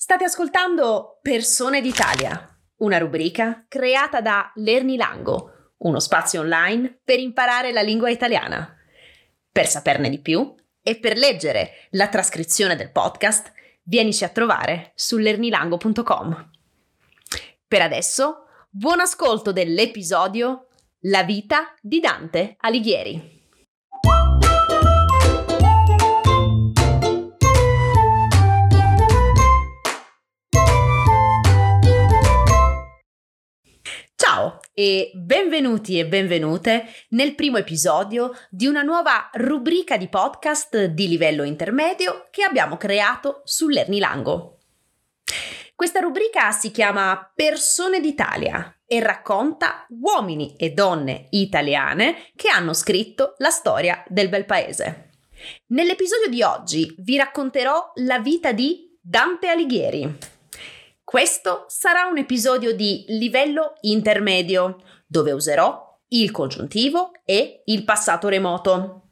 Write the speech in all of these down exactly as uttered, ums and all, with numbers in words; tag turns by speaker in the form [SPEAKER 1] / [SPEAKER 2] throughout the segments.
[SPEAKER 1] State ascoltando Persone d'Italia, una rubrica creata da Lernilango, uno spazio online per imparare la lingua italiana. Per saperne di più e per leggere la trascrizione del podcast, vienici a trovare su lernilango punto com. Per adesso, buon ascolto dell'episodio La vita di Dante Alighieri. Ciao e benvenuti e benvenute nel primo episodio di una nuova rubrica di podcast di livello intermedio che abbiamo creato su Lernilango. Questa rubrica si chiama Persone d'Italia e racconta uomini e donne italiane che hanno scritto la storia del bel paese. Nell'episodio di oggi vi racconterò la vita di Dante Alighieri. Questo sarà un episodio di livello intermedio, dove userò il congiuntivo e il passato remoto.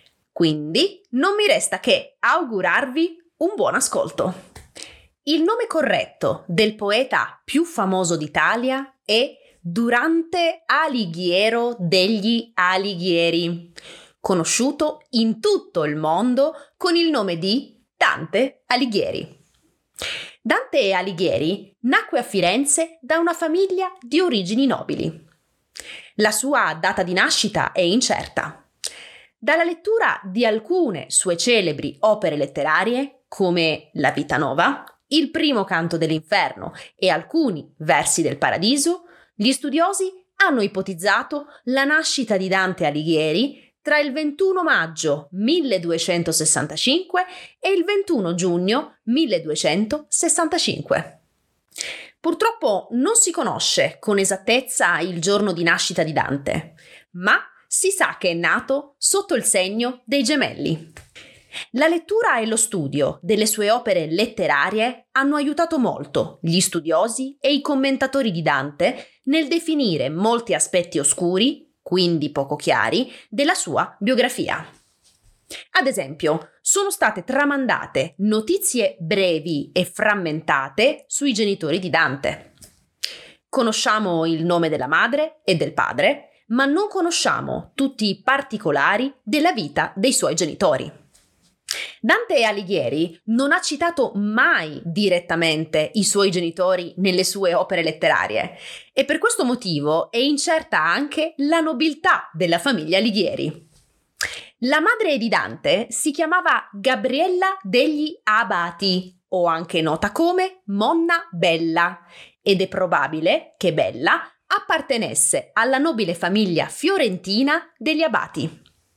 [SPEAKER 1] Quindi non mi resta che augurarvi un buon ascolto. Il nome corretto del poeta più famoso d'Italia è Durante Alighiero degli Alighieri, conosciuto in tutto il mondo con il nome di Dante Alighieri. Dante Alighieri nacque a Firenze da una famiglia di origini nobili. La sua data di nascita è incerta. Dalla lettura di alcune sue celebri opere letterarie, come La Vita Nova, Il primo canto dell'inferno e alcuni versi del Paradiso, gli studiosi hanno ipotizzato la nascita di Dante Alighieri tra il ventuno maggio milleduecentosessantacinque e il ventuno giugno milleduecentosessantacinque. Purtroppo non si conosce con esattezza il giorno di nascita di Dante, ma si sa che è nato sotto il segno dei gemelli. La lettura e lo studio delle sue opere letterarie hanno aiutato molto gli studiosi e i commentatori di Dante nel definire molti aspetti oscuri, quindi poco chiari, della sua biografia. Ad esempio, sono state tramandate notizie brevi e frammentate sui genitori di Dante. Conosciamo il nome della madre e del padre, ma non conosciamo tutti i particolari della vita dei suoi genitori. Dante Alighieri non ha citato mai direttamente i suoi genitori nelle sue opere letterarie e per questo motivo è incerta anche la nobiltà della famiglia Alighieri. La madre di Dante si chiamava Gabriella degli Abati, o anche nota come Monna Bella, ed è probabile che Bella appartenesse alla nobile famiglia fiorentina degli Abati.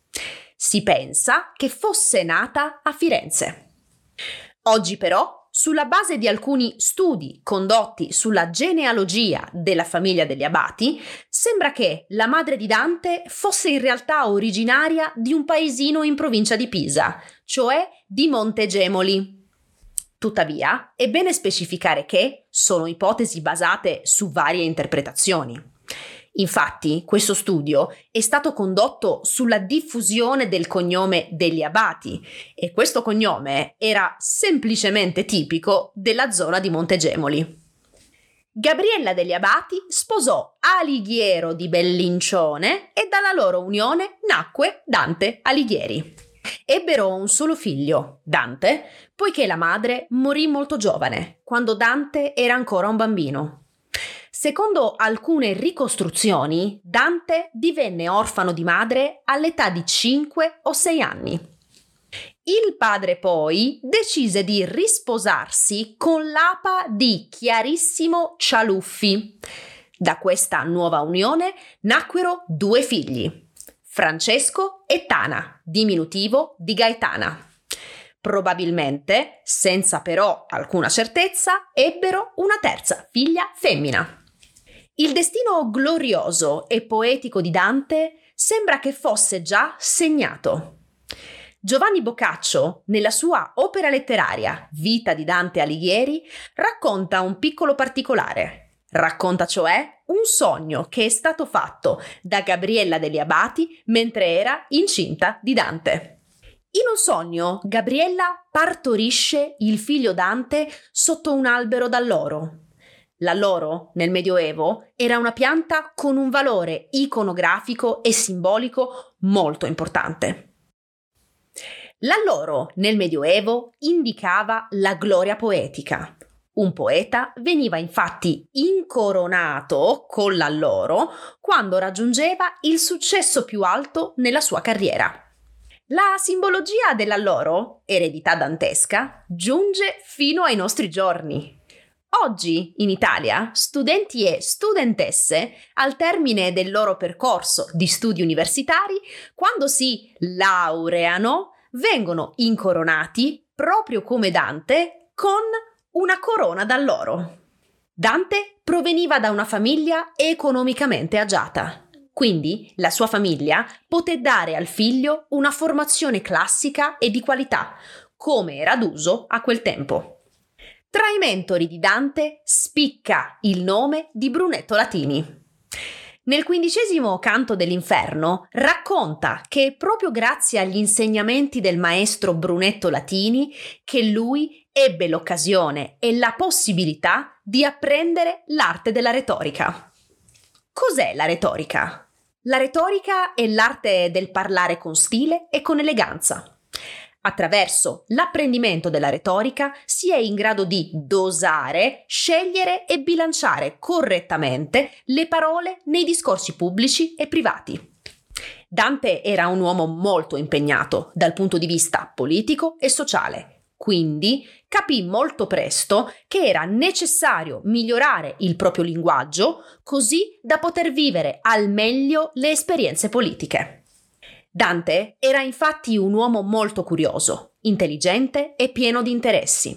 [SPEAKER 1] Si pensa che fosse nata a Firenze. Oggi però, sulla base di alcuni studi condotti sulla genealogia della famiglia degli Abati, sembra che la madre di Dante fosse in realtà originaria di un paesino in provincia di Pisa, cioè di Montegemoli. Tuttavia, è bene specificare che sono ipotesi basate su varie interpretazioni. Infatti, questo studio è stato condotto sulla diffusione del cognome degli Abati e questo cognome era semplicemente tipico della zona di Montegemoli. Gabriella degli Abati sposò Alighiero di Bellincione e dalla loro unione nacque Dante Alighieri. Ebbero un solo figlio, Dante, poiché la madre morì molto giovane, quando Dante era ancora un bambino. Secondo alcune ricostruzioni, Dante divenne orfano di madre all'età di cinque o sei anni. Il padre poi decise di risposarsi con l'apa di Chiarissimo Cialuffi. Da questa nuova unione nacquero due figli, Francesco e Tana, diminutivo di Gaetana. Probabilmente, senza però alcuna certezza, ebbero una terza figlia femmina. Il destino glorioso e poetico di Dante sembra che fosse già segnato. Giovanni Boccaccio, nella sua opera letteraria Vita di Dante Alighieri, racconta un piccolo particolare. Racconta cioè un sogno che è stato fatto da Gabriella degli Abati mentre era incinta di Dante. In un sogno, Gabriella partorisce il figlio Dante sotto un albero d'alloro. L'alloro, nel Medioevo, era una pianta con un valore iconografico e simbolico molto importante. L'alloro, nel Medioevo, indicava la gloria poetica. Un poeta veniva infatti incoronato con l'alloro quando raggiungeva il successo più alto nella sua carriera. La simbologia dell'alloro, eredità dantesca, giunge fino ai nostri giorni. Oggi, in Italia, studenti e studentesse, al termine del loro percorso di studi universitari, quando si laureano, vengono incoronati, proprio come Dante, con una corona d'alloro. Dante proveniva da una famiglia economicamente agiata, quindi la sua famiglia poté dare al figlio una formazione classica e di qualità, come era d'uso a quel tempo. Tra i mentori di Dante spicca il nome di Brunetto Latini. Nel quindicesimo canto dell'Inferno racconta che è proprio grazie agli insegnamenti del maestro Brunetto Latini che lui ebbe l'occasione e la possibilità di apprendere l'arte della retorica. Cos'è la retorica? La retorica è l'arte del parlare con stile e con eleganza. Attraverso l'apprendimento della retorica si è in grado di dosare, scegliere e bilanciare correttamente le parole nei discorsi pubblici e privati. Dante era un uomo molto impegnato dal punto di vista politico e sociale, quindi capì molto presto che era necessario migliorare il proprio linguaggio così da poter vivere al meglio le esperienze politiche. Dante era infatti un uomo molto curioso, intelligente e pieno di interessi.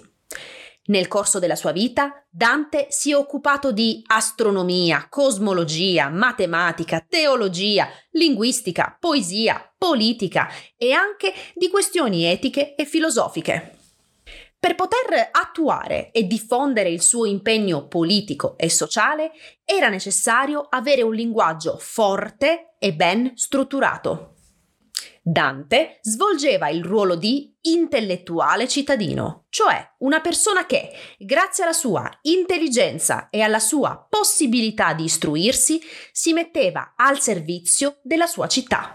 [SPEAKER 1] Nel corso della sua vita, Dante si è occupato di astronomia, cosmologia, matematica, teologia, linguistica, poesia, politica e anche di questioni etiche e filosofiche. Per poter attuare e diffondere il suo impegno politico e sociale, era necessario avere un linguaggio forte e ben strutturato. Dante svolgeva il ruolo di intellettuale cittadino, cioè una persona che, grazie alla sua intelligenza e alla sua possibilità di istruirsi, si metteva al servizio della sua città.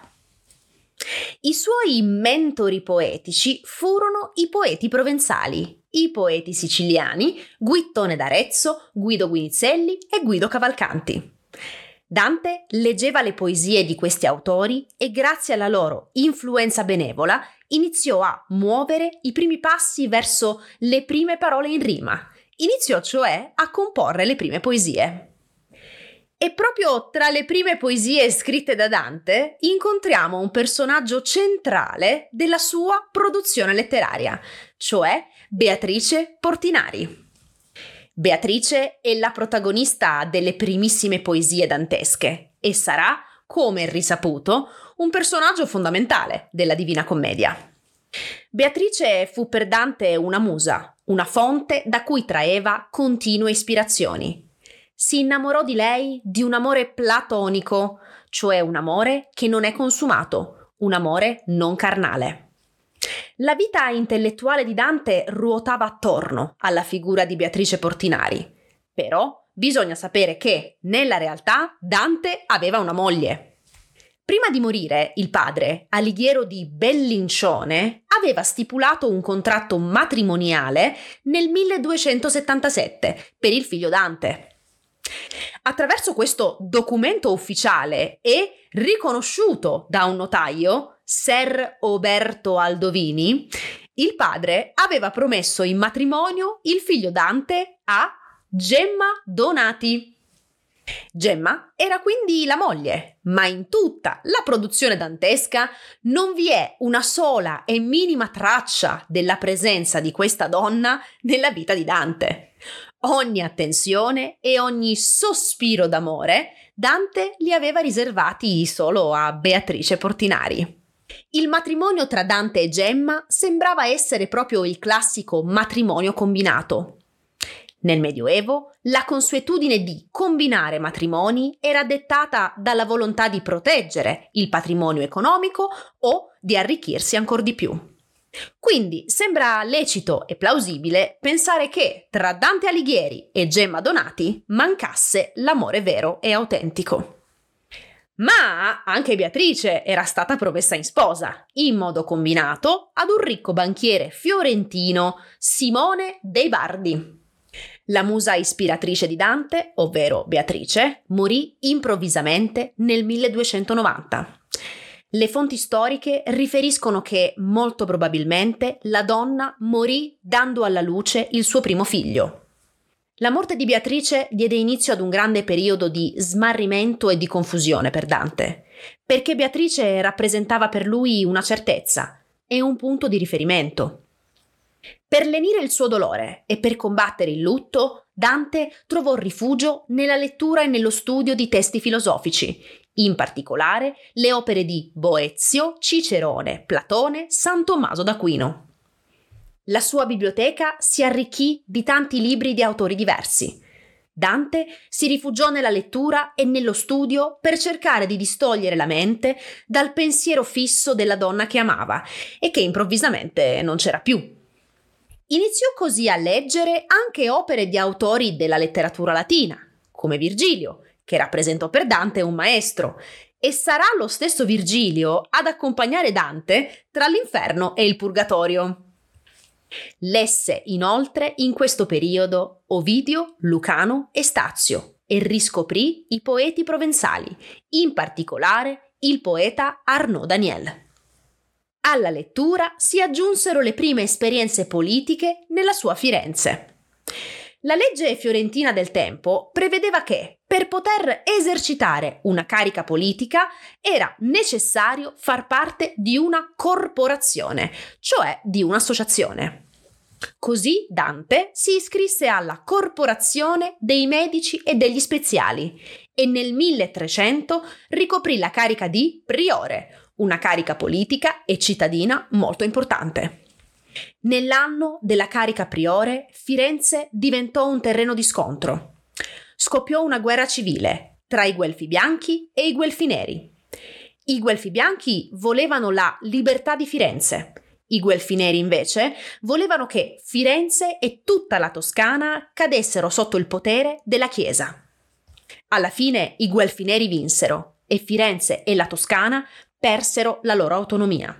[SPEAKER 1] I suoi mentori poetici furono i poeti provenzali, i poeti siciliani Guittone d'Arezzo, Guido Guinizelli e Guido Cavalcanti. Dante leggeva le poesie di questi autori e grazie alla loro influenza benevola iniziò a muovere i primi passi verso le prime parole in rima. Iniziò cioè a comporre le prime poesie. E proprio tra le prime poesie scritte da Dante incontriamo un personaggio centrale della sua produzione letteraria, cioè Beatrice Portinari. Beatrice è la protagonista delle primissime poesie dantesche e sarà, come risaputo, un personaggio fondamentale della Divina Commedia. Beatrice fu per Dante una musa, una fonte da cui traeva continue ispirazioni. Si innamorò di lei di un amore platonico, cioè un amore che non è consumato, un amore non carnale. La vita intellettuale di Dante ruotava attorno alla figura di Beatrice Portinari, però bisogna sapere che, nella realtà, Dante aveva una moglie. Prima di morire, il padre, Alighiero di Bellincione, aveva stipulato un contratto matrimoniale nel milleduecentosettantasette per il figlio Dante. Attraverso questo documento ufficiale e riconosciuto da un notaio, Ser Oberto Aldovini, il padre aveva promesso in matrimonio il figlio Dante a Gemma Donati. Gemma era quindi la moglie, ma in tutta la produzione dantesca non vi è una sola e minima traccia della presenza di questa donna nella vita di Dante. Ogni attenzione e ogni sospiro d'amore Dante li aveva riservati solo a Beatrice Portinari. Il matrimonio tra Dante e Gemma sembrava essere proprio il classico matrimonio combinato. Nel Medioevo, la consuetudine di combinare matrimoni era dettata dalla volontà di proteggere il patrimonio economico o di arricchirsi ancor di più. Quindi sembra lecito e plausibile pensare che tra Dante Alighieri e Gemma Donati mancasse l'amore vero e autentico. Ma anche Beatrice era stata promessa in sposa, in modo combinato, ad un ricco banchiere fiorentino, Simone dei Bardi. La musa ispiratrice di Dante, ovvero Beatrice, morì improvvisamente nel milleduecentonovanta. Le fonti storiche riferiscono che, molto probabilmente, la donna morì dando alla luce il suo primo figlio. La morte di Beatrice diede inizio ad un grande periodo di smarrimento e di confusione per Dante, perché Beatrice rappresentava per lui una certezza e un punto di riferimento. Per lenire il suo dolore e per combattere il lutto, Dante trovò rifugio nella lettura e nello studio di testi filosofici, in particolare le opere di Boezio, Cicerone, Platone, San Tommaso d'Aquino. La sua biblioteca si arricchì di tanti libri di autori diversi. Dante si rifugiò nella lettura e nello studio per cercare di distogliere la mente dal pensiero fisso della donna che amava e che improvvisamente non c'era più. Iniziò così a leggere anche opere di autori della letteratura latina, come Virgilio, che rappresentò per Dante un maestro, e sarà lo stesso Virgilio ad accompagnare Dante tra l'inferno e il purgatorio. Lesse inoltre in questo periodo Ovidio, Lucano e Stazio e riscoprì i poeti provenzali, in particolare il poeta Arnaud Daniel. Alla lettura si aggiunsero le prime esperienze politiche nella sua Firenze. La legge fiorentina del tempo prevedeva che, per poter esercitare una carica politica, era necessario far parte di una corporazione, cioè di un'associazione. Così Dante si iscrisse alla Corporazione dei Medici e degli Speziali e nel milletrecento ricoprì la carica di priore, una carica politica e cittadina molto importante. Nell'anno della carica priore, Firenze diventò un terreno di scontro. Scoppiò una guerra civile tra i Guelfi bianchi e i Guelfi neri. I Guelfi bianchi volevano la libertà di Firenze. I Guelfi neri, invece, volevano che Firenze e tutta la Toscana cadessero sotto il potere della Chiesa. Alla fine i Guelfi neri vinsero e Firenze e la Toscana persero la loro autonomia.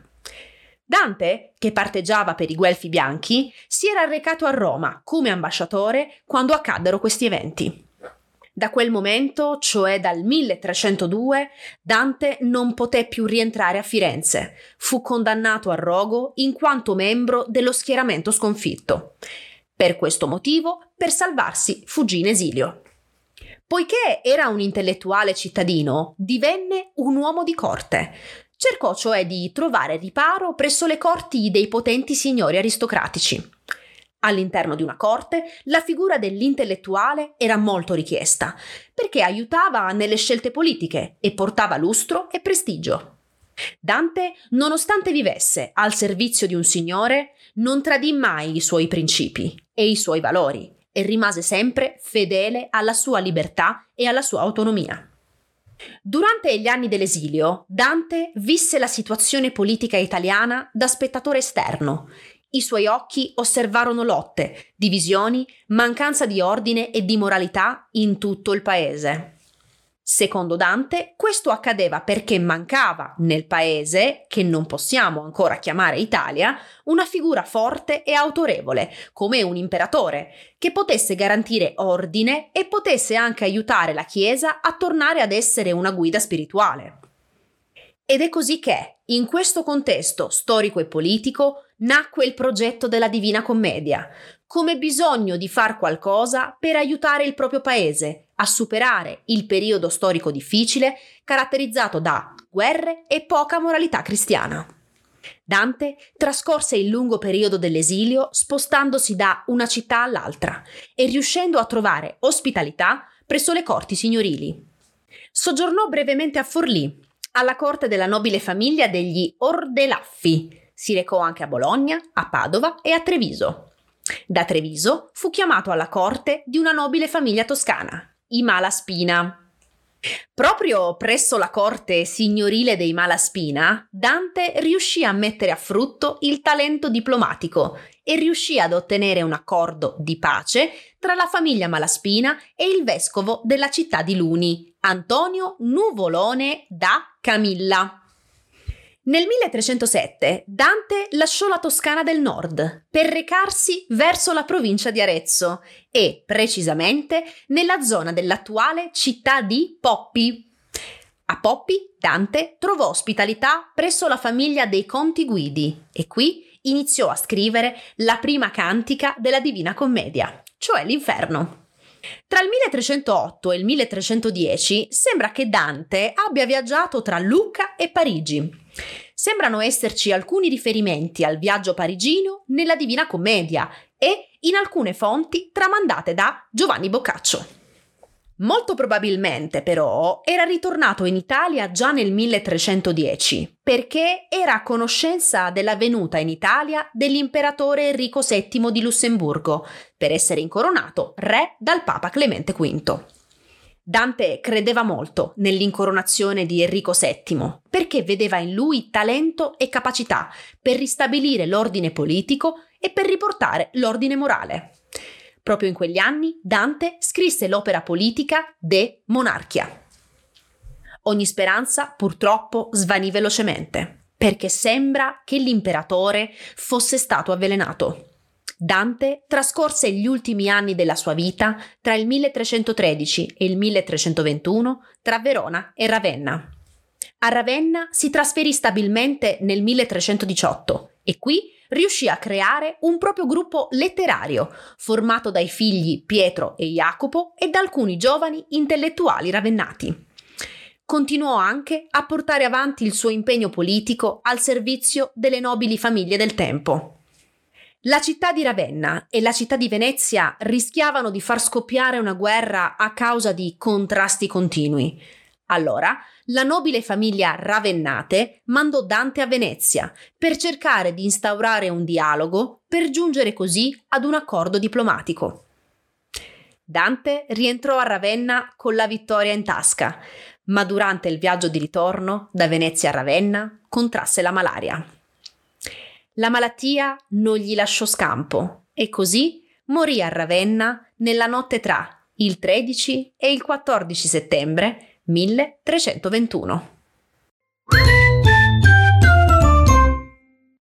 [SPEAKER 1] Dante, che parteggiava per i Guelfi bianchi, si era recato a Roma come ambasciatore quando accaddero questi eventi. Da quel momento, cioè dal milletrecentodue, Dante non poté più rientrare a Firenze. Fu condannato al rogo in quanto membro dello schieramento sconfitto. Per questo motivo, per salvarsi, fuggì in esilio. Poiché era un intellettuale cittadino, divenne un uomo di corte. Cercò cioè di trovare riparo presso le corti dei potenti signori aristocratici. All'interno di una corte, la figura dell'intellettuale era molto richiesta, perché aiutava nelle scelte politiche e portava lustro e prestigio. Dante, nonostante vivesse al servizio di un signore, non tradì mai i suoi principi e i suoi valori e rimase sempre fedele alla sua libertà e alla sua autonomia. Durante gli anni dell'esilio, Dante visse la situazione politica italiana da spettatore esterno. I suoi occhi osservarono lotte, divisioni, mancanza di ordine e di moralità in tutto il paese. Secondo Dante, questo accadeva perché mancava nel paese, che non possiamo ancora chiamare Italia, una figura forte e autorevole, come un imperatore, che potesse garantire ordine e potesse anche aiutare la Chiesa a tornare ad essere una guida spirituale. Ed è così che, in questo contesto storico e politico, nacque il progetto della Divina Commedia, come bisogno di far qualcosa per aiutare il proprio paese a superare il periodo storico difficile caratterizzato da guerre e poca moralità cristiana. Dante trascorse il lungo periodo dell'esilio spostandosi da una città all'altra e riuscendo a trovare ospitalità presso le corti signorili. Soggiornò brevemente a Forlì, alla corte della nobile famiglia degli Ordelaffi. Si recò anche a Bologna, a Padova e a Treviso. Da Treviso fu chiamato alla corte di una nobile famiglia toscana, i Malaspina. Proprio presso la corte signorile dei Malaspina, Dante riuscì a mettere a frutto il talento diplomatico e riuscì ad ottenere un accordo di pace tra la famiglia Malaspina e il vescovo della città di Luni, Antonio Nuvolone da Camilla. Nel milletrecentosette Dante lasciò la Toscana del Nord per recarsi verso la provincia di Arezzo e, precisamente, nella zona dell'attuale città di Poppi. A Poppi Dante trovò ospitalità presso la famiglia dei Conti Guidi e qui iniziò a scrivere la prima cantica della Divina Commedia, cioè l'Inferno. Tra il milletrecentootto e il milletrecentodieci sembra che Dante abbia viaggiato tra Lucca e Parigi. Sembrano esserci alcuni riferimenti al viaggio parigino nella Divina Commedia e in alcune fonti tramandate da Giovanni Boccaccio. Molto probabilmente, però, era ritornato in Italia già nel milletrecentodieci, perché era a conoscenza della venuta in Italia dell'imperatore Enrico settimo di Lussemburgo, per essere incoronato re dal Papa Clemente quinto. Dante credeva molto nell'incoronazione di Enrico settimo, perché vedeva in lui talento e capacità per ristabilire l'ordine politico e per riportare l'ordine morale. Proprio in quegli anni Dante scrisse l'opera politica De Monarchia. Ogni speranza purtroppo svanì velocemente, perché sembra che l'imperatore fosse stato avvelenato. Dante trascorse gli ultimi anni della sua vita tra il milletrecentotredici e il milletrecentoventuno tra Verona e Ravenna. A Ravenna si trasferì stabilmente nel milletrecentodiciotto e qui riuscì a creare un proprio gruppo letterario formato dai figli Pietro e Jacopo e da alcuni giovani intellettuali ravennati. Continuò anche a portare avanti il suo impegno politico al servizio delle nobili famiglie del tempo. La città di Ravenna e la città di Venezia rischiavano di far scoppiare una guerra a causa di contrasti continui. Allora, la nobile famiglia Ravennate mandò Dante a Venezia per cercare di instaurare un dialogo per giungere così ad un accordo diplomatico. Dante rientrò a Ravenna con la vittoria in tasca, ma durante il viaggio di ritorno da Venezia a Ravenna contrasse la malaria. La malattia non gli lasciò scampo e così morì a Ravenna nella notte tra il tredici e il quattordici settembre milletrecentoventuno.